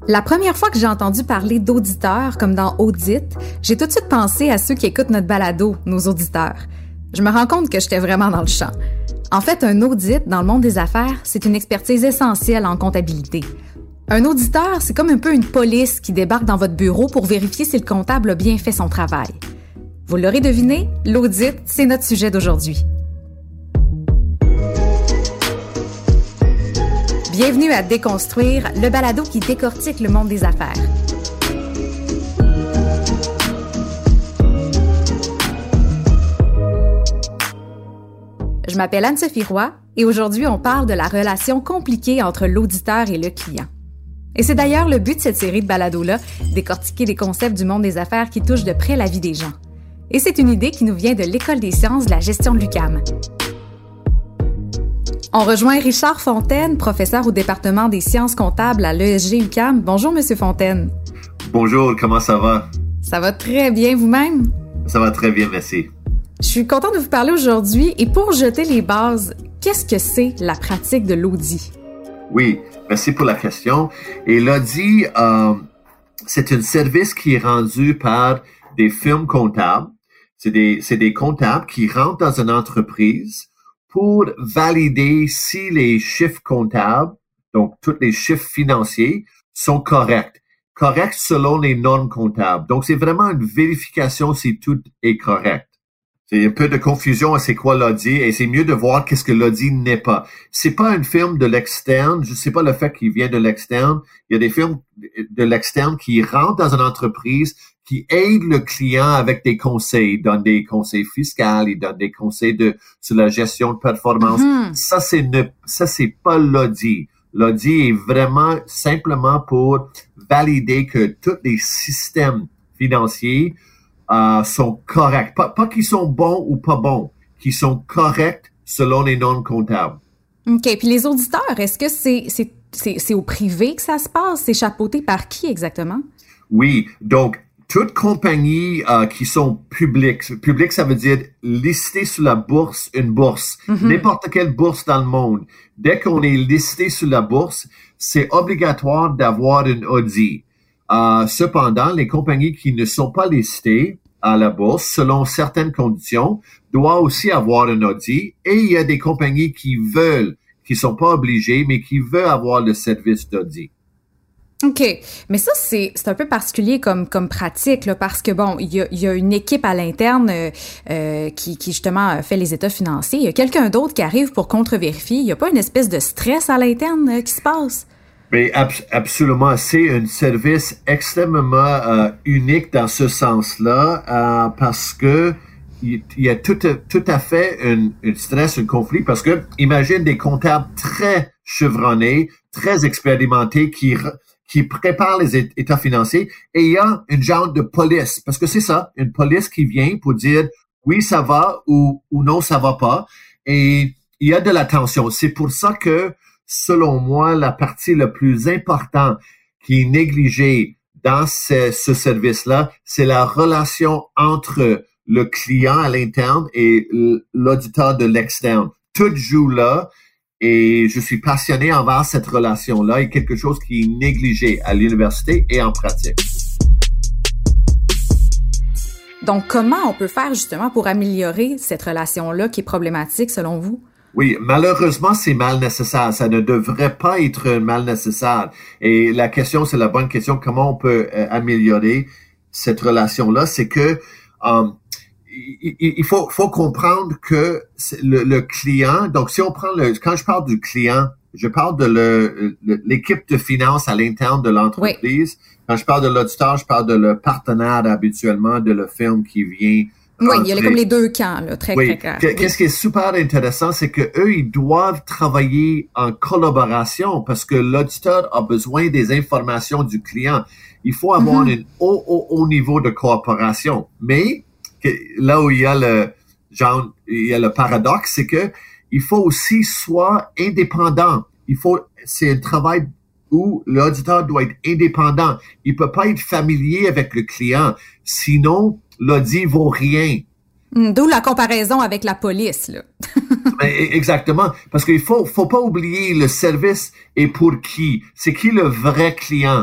La première fois que j'ai entendu parler d'auditeurs comme dans Audit, j'ai tout de suite pensé à ceux qui écoutent notre balado, nos auditeurs. Je me rends compte que j'étais vraiment dans le champ. En fait, un audit dans le monde des affaires, c'est une expertise essentielle en comptabilité. Un auditeur, c'est comme un peu une police qui débarque dans votre bureau pour vérifier si le comptable a bien fait son travail. Vous l'aurez deviné, l'audit, c'est notre sujet d'aujourd'hui. Bienvenue à Déconstruire, le balado qui décortique le monde des affaires. Je m'appelle Anne-Sophie Roy et aujourd'hui, on parle de la relation compliquée entre l'auditeur et le client. Et c'est d'ailleurs le but de cette série de balados-là, décortiquer les concepts du monde des affaires qui touchent de près la vie des gens. Et c'est une idée qui nous vient de l'École des sciences de la gestion de l'UQAM. On rejoint Richard Fontaine, professeur au département des sciences comptables à l'ESG UQAM. Bonjour, Monsieur Fontaine. Bonjour, comment ça va? Ça va très bien, vous-même? Ça va très bien, merci. Je suis contente de vous parler aujourd'hui et pour jeter les bases, qu'est-ce que c'est la pratique de l'audit? Oui, merci pour la question. Et l'audit, c'est un service qui est rendu par des firmes comptables. C'est des comptables qui rentrent dans une entreprise pour valider si les chiffres comptables, donc tous les chiffres financiers, sont corrects. Corrects selon les normes comptables. Donc, c'est vraiment une vérification si tout est correct. C'est un peu de confusion à c'est quoi l'audit et c'est mieux de voir qu'est-ce que l'audit n'est pas. C'est pas une firme de l'externe. Je sais pas le fait qu'il vient de l'externe. Il y a des firmes de l'externe qui rentrent dans une entreprise, qui aident le client avec des conseils. Ils donnent des conseils fiscaux, ils donnent des conseils sur la gestion de performance. Mm-hmm. Ça, c'est pas l'audit. L'audit est vraiment simplement pour valider que tous les systèmes financiers sont corrects. Pas qu'ils sont bons ou pas bons, qu'ils sont corrects selon les normes comptables. OK. Puis les auditeurs, est-ce que c'est au privé que ça se passe? C'est chapeauté par qui exactement? Oui. Donc, toutes compagnies qui sont publiques, public ça veut dire listées sur la bourse, une bourse, n'importe quelle bourse dans le monde. Dès qu'on est listé sur la bourse, c'est obligatoire d'avoir un audit. Cependant, les compagnies qui ne sont pas listées à la bourse, selon certaines conditions, doivent aussi avoir un audit. Et il y a des compagnies qui sont pas obligées, mais qui veulent avoir le service d'audit. OK. Mais ça, c'est un peu particulier comme pratique, là, parce que, bon, il y a une équipe à l'interne qui justement fait les états financiers. Il y a quelqu'un d'autre qui arrive pour contre-vérifier. Il n'y a pas une espèce de stress à l'interne qui se passe? Mais absolument. C'est un service extrêmement unique dans ce sens-là parce que il y a tout à fait un stress, un conflit, parce que imagine des comptables très chevronnés, très expérimentés qui préparent les états financiers et il y a une genre de police, parce que c'est ça, une police qui vient pour dire oui, ça va ou non, ça va pas. Et il y a de la tension. C'est pour ça que, selon moi, la partie la plus importante qui est négligée dans ce service-là, c'est la relation entre le client à l'interne et l'auditeur de l'externe. Tout joue là. Et je suis passionné envers cette relation-là et quelque chose qui est négligé à l'université et en pratique. Donc, comment on peut faire justement pour améliorer cette relation-là qui est problématique selon vous? Oui, malheureusement, c'est mal nécessaire. Ça ne devrait pas être mal nécessaire. Et la question, c'est la bonne question. Comment on peut améliorer cette relation-là? C'est que il faut comprendre que le client, donc si on prend quand je parle du client, je parle de l'équipe de finance à l'interne de l'entreprise. Oui. Quand je parle de l'auditeur, je parle de le partenaire habituellement, de la firme qui vient. Oui, il y a comme les deux camps, là, très clair. Qu'est-ce qui est super intéressant, c'est que eux, ils doivent travailler en collaboration parce que l'auditeur a besoin des informations du client. Il faut avoir un haut niveau de coopération. Mais là où il y a le paradoxe, c'est que il faut aussi soit indépendant. C'est un travail où l'auditeur doit être indépendant. Il peut pas être familier avec le client. Sinon, l'audit vaut rien. D'où la comparaison avec la police, là. Exactement. Parce qu'il faut pas oublier le service est pour qui? C'est qui le vrai client?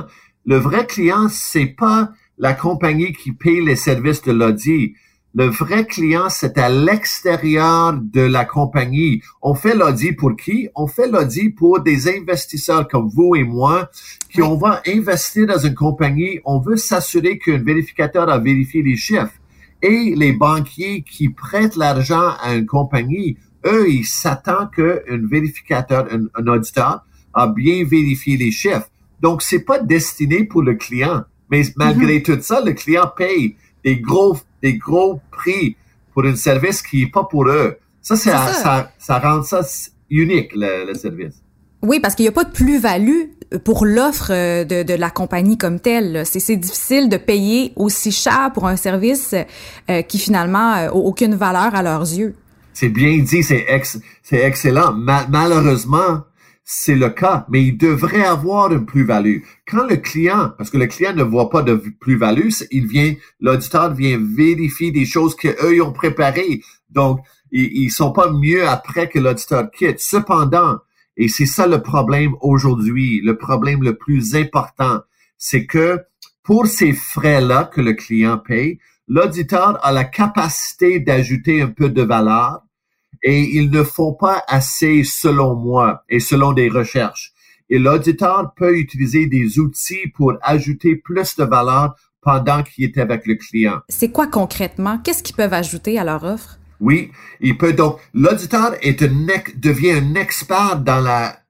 Le vrai client, c'est pas la compagnie qui paye les services de l'audit. Le vrai client, c'est à l'extérieur de la compagnie. On fait l'audit pour qui? On fait l'audit pour des investisseurs comme vous et moi, qui on va investir dans une compagnie. On veut s'assurer qu'un vérificateur a vérifié les chiffres. Et les banquiers qui prêtent l'argent à une compagnie, eux, ils s'attendent qu'un vérificateur, un auditeur, a bien vérifié les chiffres. Donc, c'est pas destiné pour le client. Mais malgré tout ça, le client paye des gros prix pour un service qui est pas pour eux. Ça rend ça unique, le service. Oui, parce qu'il n'y a pas de plus-value pour l'offre de la compagnie comme telle. C'est difficile de payer aussi cher pour un service qui finalement n'a aucune valeur à leurs yeux. C'est bien dit, c'est excellent. Malheureusement, c'est le cas, mais il devrait avoir une plus-value. Quand le client, parce que le client ne voit pas de plus-value, l'auditeur vient vérifier des choses qu'eux ils ont préparées. Donc, ils sont pas mieux après que l'auditeur quitte. Cependant, et c'est ça le problème aujourd'hui, le problème le plus important, c'est que pour ces frais-là que le client paye, l'auditeur a la capacité d'ajouter un peu de valeur. Et ils ne font pas assez selon moi et selon des recherches. Et l'auditeur peut utiliser des outils pour ajouter plus de valeur pendant qu'il est avec le client. C'est quoi concrètement? Qu'est-ce qu'ils peuvent ajouter à leur offre? Oui, il peut donc, l'auditeur devient un expert dans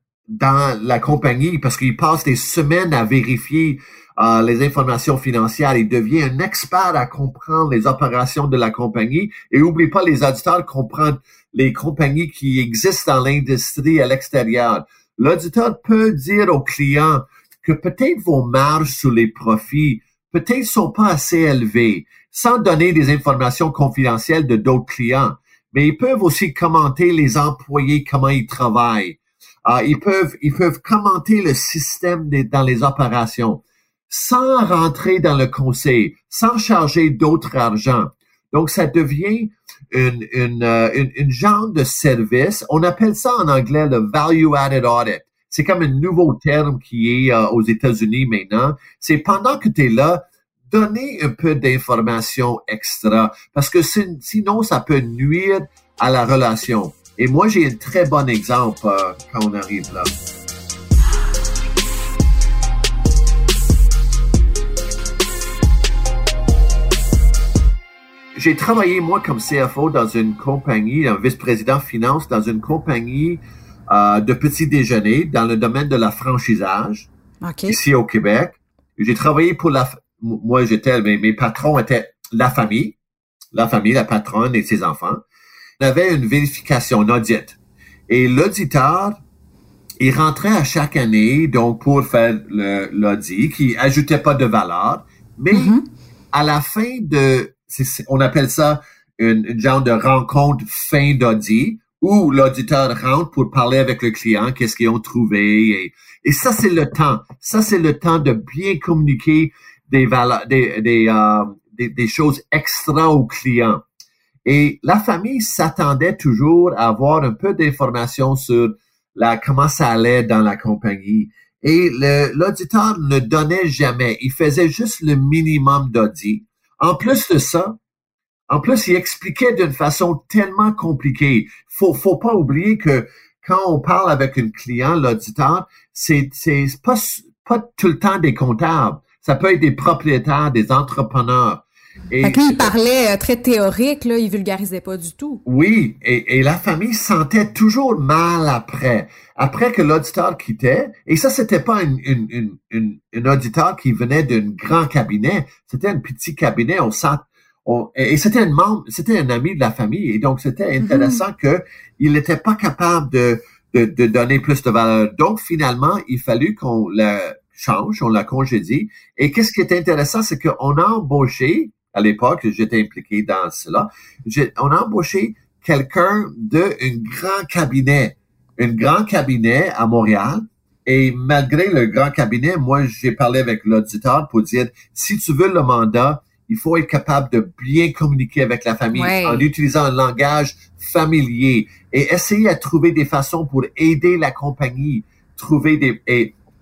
la compagnie parce qu'il passe des semaines à vérifier les informations financières. Il devient un expert à comprendre les opérations de la compagnie. Et oublie pas, les auditeurs comprennent les compagnies qui existent dans l'industrie à l'extérieur. L'auditeur peut dire aux clients que peut-être vos marges sur les profits, peut-être sont pas assez élevées, sans donner des informations confidentielles de d'autres clients. Mais ils peuvent aussi commenter les employés, comment ils travaillent. Ils peuvent commenter le système dans les opérations, sans rentrer dans le conseil, sans charger d'autres argent. Donc, ça devient une genre de service. On appelle ça en anglais le value-added audit. C'est comme un nouveau terme qui est aux États-Unis maintenant. C'est pendant que tu es là, donner un peu d'informations extra parce que sinon, ça peut nuire à la relation. Et moi, j'ai un très bon exemple quand on arrive là. J'ai travaillé, moi, comme CFO dans une compagnie, un vice-président finance dans une compagnie de petit déjeuner dans le domaine de la franchisage, ici au Québec. J'ai travaillé pour moi, mes patrons étaient la famille, la patronne et ses enfants. On avait une vérification, un audit. Et l'auditeur, il rentrait à chaque année, donc, pour faire l'audit, qui ajoutait pas de valeur, mais à la fin on appelle ça une genre de rencontre fin d'audit où l'auditeur rentre pour parler avec le client, qu'est-ce qu'ils ont trouvé. Et ça, c'est le temps. Ça, c'est le temps de bien communiquer des choses extra au client. Et la famille s'attendait toujours à avoir un peu d'informations sur comment ça allait dans la compagnie. Et l'auditeur ne donnait jamais. Il faisait juste le minimum d'audit. En plus de ça, il expliquait d'une façon tellement compliquée. Faut pas oublier que quand on parle avec un client, l'auditeur, c'est pas tout le temps des comptables. Ça peut être des propriétaires, des entrepreneurs. Fait que lui, il parlait très théorique, là, il vulgarisait pas du tout. Oui, et la famille sentait toujours mal après que l'auditeur quittait. Et ça, c'était pas un auditeur qui venait d'un grand cabinet, c'était un petit cabinet. Et c'était un ami de la famille, et donc c'était intéressant que il n'était pas capable de donner plus de valeur. Donc finalement, il fallut qu'on le change, on l'a congédié. Et qu'est-ce qui est intéressant, c'est qu'on a embauché. À l'époque, j'étais impliqué dans cela. On a embauché quelqu'un d'un grand cabinet à Montréal. Et malgré le grand cabinet, moi, j'ai parlé avec l'auditeur pour dire, si tu veux le mandat, il faut être capable de bien communiquer avec la famille en utilisant un langage familier et essayer à trouver des façons pour aider la compagnie, et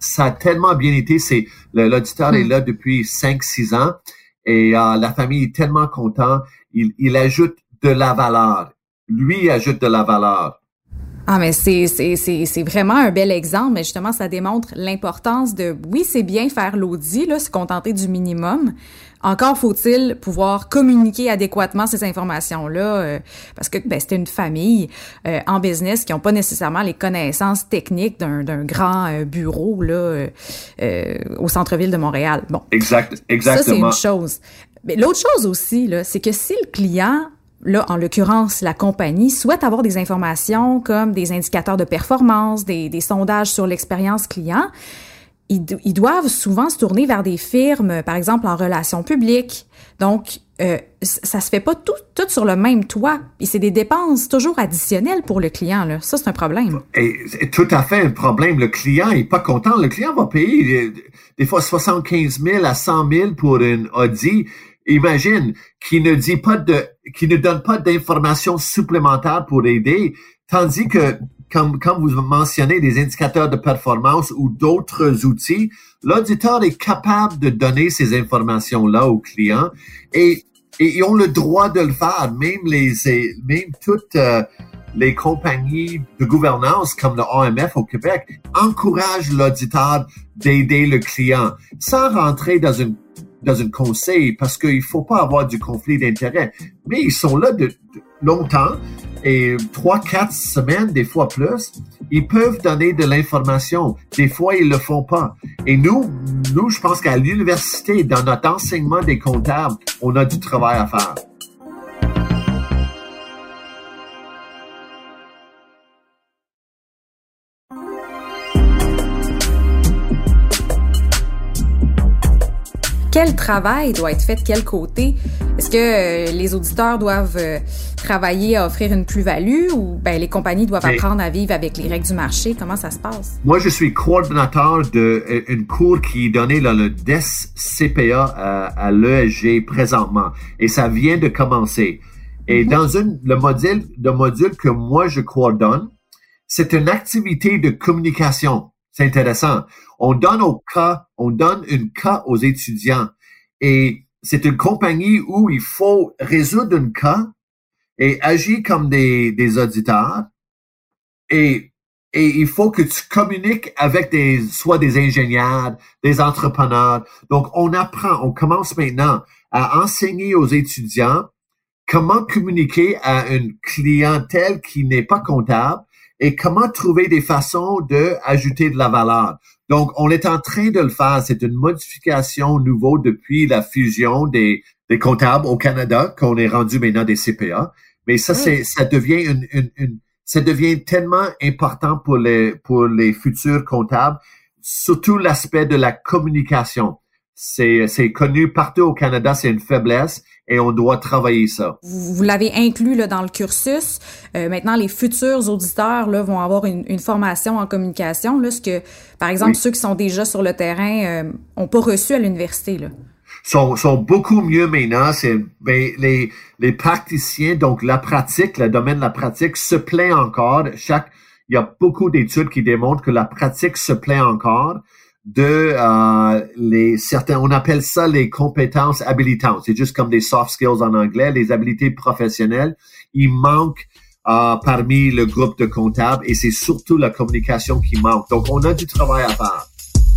ça a tellement bien été. L'auditeur est là depuis 5-6 ans et la famille est tellement contente. Il ajoute de la valeur. Lui ajoute de la valeur. Ah, mais c'est vraiment un bel exemple, mais justement, ça démontre l'importance de, oui, c'est bien faire l'audit, là, se contenter du minimum. Encore faut-il pouvoir communiquer adéquatement ces informations-là, parce que c'était une famille en business qui n'ont pas nécessairement les connaissances techniques d'un grand bureau là au centre-ville de Montréal. Bon, exactement. Ça, c'est une chose. Mais l'autre chose aussi, là, c'est que si le client, là, en l'occurrence, la compagnie souhaite avoir des informations comme des indicateurs de performance, des sondages sur l'expérience client, ils doivent souvent se tourner vers des firmes, par exemple, en relations publiques. Donc, ça se fait pas tout sur le même toit. Et c'est des dépenses toujours additionnelles pour le client, là. Ça, c'est un problème. Et c'est tout à fait un problème. Le client est pas content. Le client va payer des fois 75 000 à 100 000 pour une audit. Imagine, qui ne donne pas d'informations supplémentaires pour aider, tandis que, comme vous mentionnez, des indicateurs de performance ou d'autres outils, l'auditeur est capable de donner ces informations-là aux clients et ils ont le droit de le faire. Même toutes les compagnies de gouvernance comme le AMF au Québec encouragent l'auditeur d'aider le client sans rentrer dans un conseil parce qu'il faut pas avoir du conflit d'intérêts. Mais ils sont là de longtemps et 3-4 semaines, des fois plus. Ils peuvent donner de l'information. Des fois, ils le font pas. Et nous, je pense qu'à l'université, dans notre enseignement des comptables, on a du travail à faire. Quel travail doit être fait de quel côté? Est-ce que les auditeurs doivent travailler à offrir une plus-value ou les compagnies doivent apprendre à vivre avec les règles du marché? Comment ça se passe? Moi, je suis coordonnateur d'une cours qui est donnée dans le DES-CPA à l'ESG présentement. Et ça vient de commencer. Et dans le module que moi, je coordonne, c'est une activité de communication. C'est intéressant. On donne une cas aux étudiants et c'est une compagnie où il faut résoudre un cas et agir comme des auditeurs et il faut que tu communiques avec soit des ingénieurs, des entrepreneurs. Donc, on commence maintenant à enseigner aux étudiants comment communiquer à une clientèle qui n'est pas comptable et comment trouver des façons d'ajouter de la valeur. Donc, on est en train de le faire. C'est une modification nouveau depuis la fusion des comptables au Canada, qu'on est rendu maintenant des CPA. Mais ça, ça devient tellement important pour les futurs comptables, surtout l'aspect de la communication. C'est connu partout au Canada, c'est une faiblesse et on doit travailler ça. Vous l'avez inclus là, dans le cursus. Maintenant, les futurs auditeurs là, vont avoir une formation en communication, là, ce que, par exemple, ceux qui sont déjà sur le terrain ont pas reçu à l'université. Là. Sont beaucoup mieux maintenant. Les praticiens, donc la pratique, le domaine de la pratique se plaît encore. Il y a beaucoup d'études qui démontrent que la pratique se plaît encore certains, on appelle ça les compétences habilitantes. C'est juste comme des soft skills en anglais, les habiletés professionnelles. Il manque parmi le groupe de comptables et c'est surtout la communication qui manque. Donc, on a du travail à faire.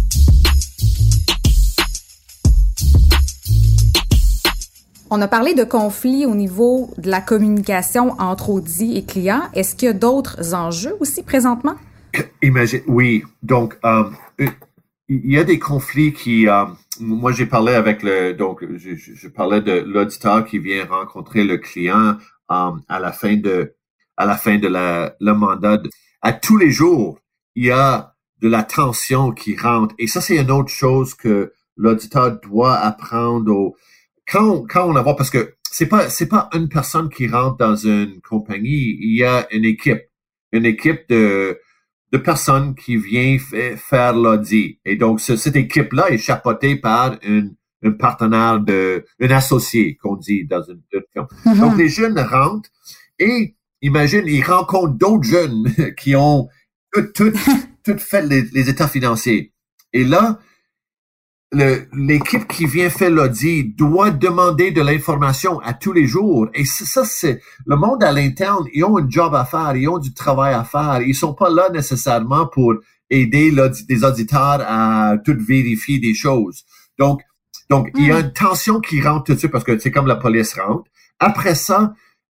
On a parlé de conflits au niveau de la communication entre audits et clients. Est-ce qu'il y a d'autres enjeux aussi présentement? Oui. Donc, il y a des conflits qui, moi j'ai parlé avec je parlais de l'auditeur qui vient rencontrer le client à la fin de le mandat. À tous les jours, il y a de la tension qui rentre et ça c'est une autre chose que l'auditeur doit apprendre quand on la voit parce que c'est pas une personne qui rentre dans une compagnie, il y a une équipe de personnes qui viennent faire l'audit. Et donc, cette équipe-là est chapeautée par un partenaire un associé, qu'on dit dans une firme. Mm-hmm. Donc, les jeunes rentrent et, imagine, ils rencontrent d'autres jeunes qui ont tout fait les états financiers. Et là, l'équipe qui vient faire l'audit doit demander de l'information à tous les jours. Et ça, c'est le monde à l'interne. Ils ont un job à faire, ils ont du travail à faire. Ils sont pas là nécessairement pour aider les auditeurs à tout vérifier des choses. Donc, il y a une tension qui rentre tout de suite parce que c'est comme la police rentre. Après ça,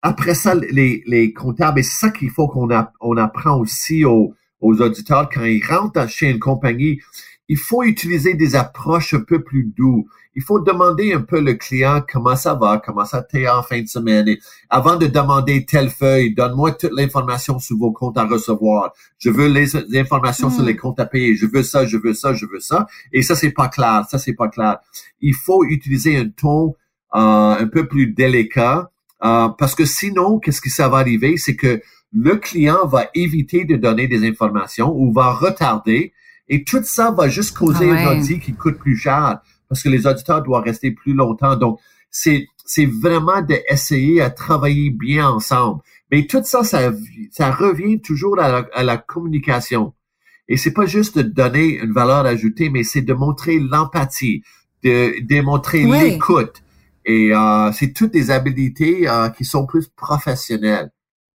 les comptables, et c'est ça qu'il faut qu'on apprend aussi aux auditeurs quand ils rentrent chez une compagnie. Il faut utiliser des approches un peu plus douces. Il faut demander un peu le client comment ça va, comment ça t'est en fin de semaine. Et avant de demander telle feuille, donne-moi toute l'information sur vos comptes à recevoir. Je veux les informations sur les comptes à payer. Je veux ça, je veux ça, je veux ça. Et ça, c'est pas clair. Ça, c'est pas clair. Il faut utiliser un ton un peu plus délicat parce que sinon, qu'est-ce qui ça va arriver? C'est que le client va éviter de donner des informations ou va retarder. Et tout ça va juste causer un audit qui coûte plus cher parce que les auditeurs doivent rester plus longtemps. Donc, c'est vraiment d'essayer à travailler bien ensemble. Mais tout ça, ça revient toujours à la communication. Et c'est pas juste de donner une valeur ajoutée, mais c'est de montrer l'empathie, de démontrer l'écoute. Et c'est toutes des habiletés qui sont plus professionnelles.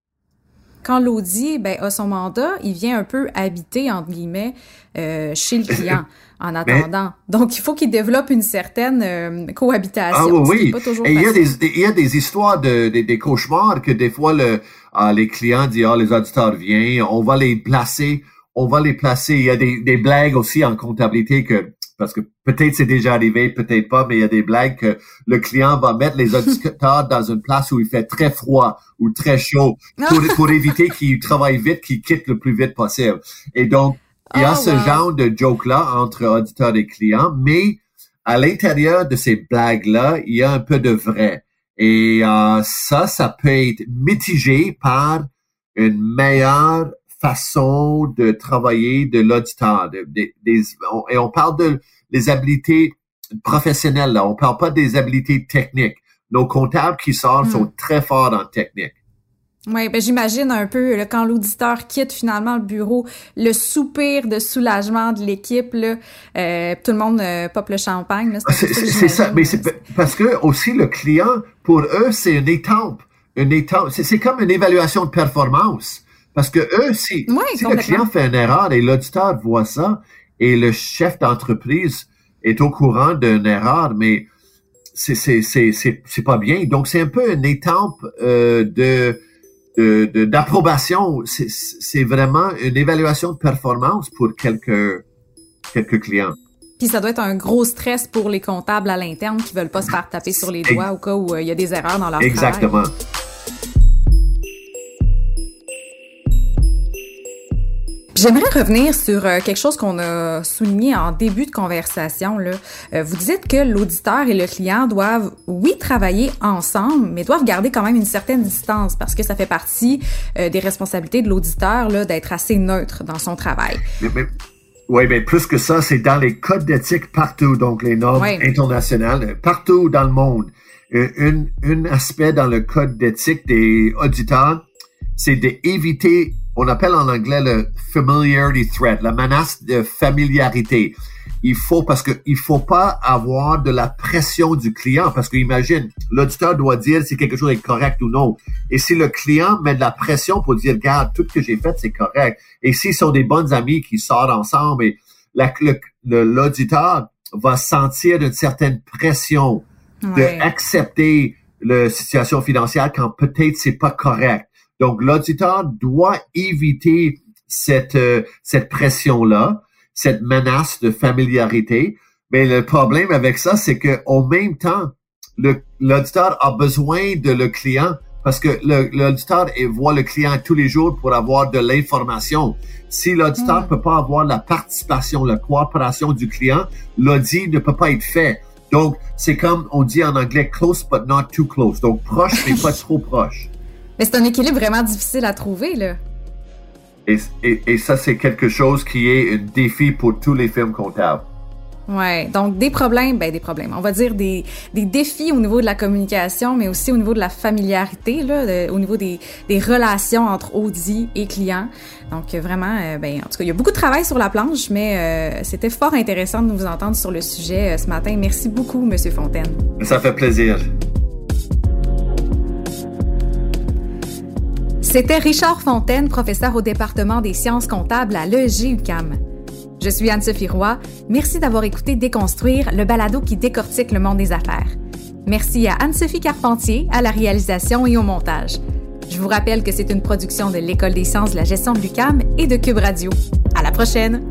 Quand l'audit a son mandat, il vient un peu habiter, entre guillemets, chez le client en attendant. Donc, il faut qu'il développe une certaine cohabitation. Ah oui, pas toujours et facile. il y a des histoires des cauchemars que des fois les clients disent les auditeurs viennent, on va les placer. Il y a des blagues aussi en comptabilité parce que peut-être c'est déjà arrivé, peut-être pas, mais il y a des blagues que le client va mettre les auditeurs dans une place où il fait très froid ou très chaud pour éviter qu'ils travaillent vite, qu'ils quittent le plus vite possible. Et donc, il y a ce genre de joke-là entre auditeurs et clients, mais à l'intérieur de ces blagues-là, il y a un peu de vrai. Et ça peut être mitigé par une meilleure façon de travailler de l'auditeur. Et on parle des habilités professionnelles, là. On parle pas des habilités techniques. Nos comptables qui sortent sont très forts en technique. Oui, j'imagine un peu quand l'auditeur quitte finalement le bureau, le soupir de soulagement de l'équipe, là, tout le monde pop le champagne. Là, c'est ça, mais c'est parce que aussi le client, pour eux, c'est une étape. C'est comme une évaluation de performance. Parce que eux, si le client fait une erreur et l'auditeur voit ça et le chef d'entreprise est au courant d'une erreur, mais c'est pas bien. Donc, c'est un peu une étape d'approbation. C'est vraiment une évaluation de performance pour quelques clients. Puis ça doit être un gros stress pour les comptables à l'interne qui veulent pas se faire taper sur les doigts au cas où il y a des erreurs dans leur travail. Exactement. J'aimerais revenir sur quelque chose qu'on a souligné en début de conversation, là. Vous dites que l'auditeur et le client doivent, oui, travailler ensemble, mais doivent garder quand même une certaine distance parce que ça fait partie des responsabilités de l'auditeur là, d'être assez neutre dans son travail. Mais plus que ça, c'est dans les codes d'éthique partout, donc les normes internationales, partout dans le monde. Un aspect dans le code d'éthique des auditeurs, c'est d'éviter, on appelle en anglais le familiarity threat, la menace de familiarité. Parce que il faut pas avoir de la pression du client, parce que imagine, l'auditeur doit dire si quelque chose est correct ou non. Et si le client met de la pression pour dire, regarde, tout ce que j'ai fait, c'est correct. Et s'ils sont des bons amis qui sortent ensemble, et l'auditeur va sentir une certaine pression d'accepter la situation financière quand peut-être c'est pas correct. Donc, l'auditeur doit éviter cette pression-là, cette menace de familiarité. Mais le problème avec ça, c'est que au même temps, l'auditeur a besoin de le client parce que l'auditeur voit le client tous les jours pour avoir de l'information. Si l'auditeur peut pas avoir la participation, la coopération du client, l'audit ne peut pas être fait. Donc, c'est comme on dit en anglais, close but not too close. Donc, proche, mais pas trop proche. Mais c'est un équilibre vraiment difficile à trouver, là. Et ça, c'est quelque chose qui est un défi pour tous les firmes comptables. Ouais, donc des problèmes. On va dire des défis au niveau de la communication, mais aussi au niveau de la familiarité, là, au niveau des relations entre audits et clients. Donc vraiment, en tout cas, il y a beaucoup de travail sur la planche, mais c'était fort intéressant de nous entendre sur le sujet ce matin. Merci beaucoup, Monsieur Fontaine. Ça fait plaisir. C'était Richard Fontaine, professeur au département des sciences comptables à l'EG-UQAM. Je suis Anne-Sophie Roy. Merci d'avoir écouté Déconstruire, le balado qui décortique le monde des affaires. Merci à Anne-Sophie Carpentier, à la réalisation et au montage. Je vous rappelle que c'est une production de l'École des sciences de la gestion de l'UQAM et de Cube Radio. À la prochaine!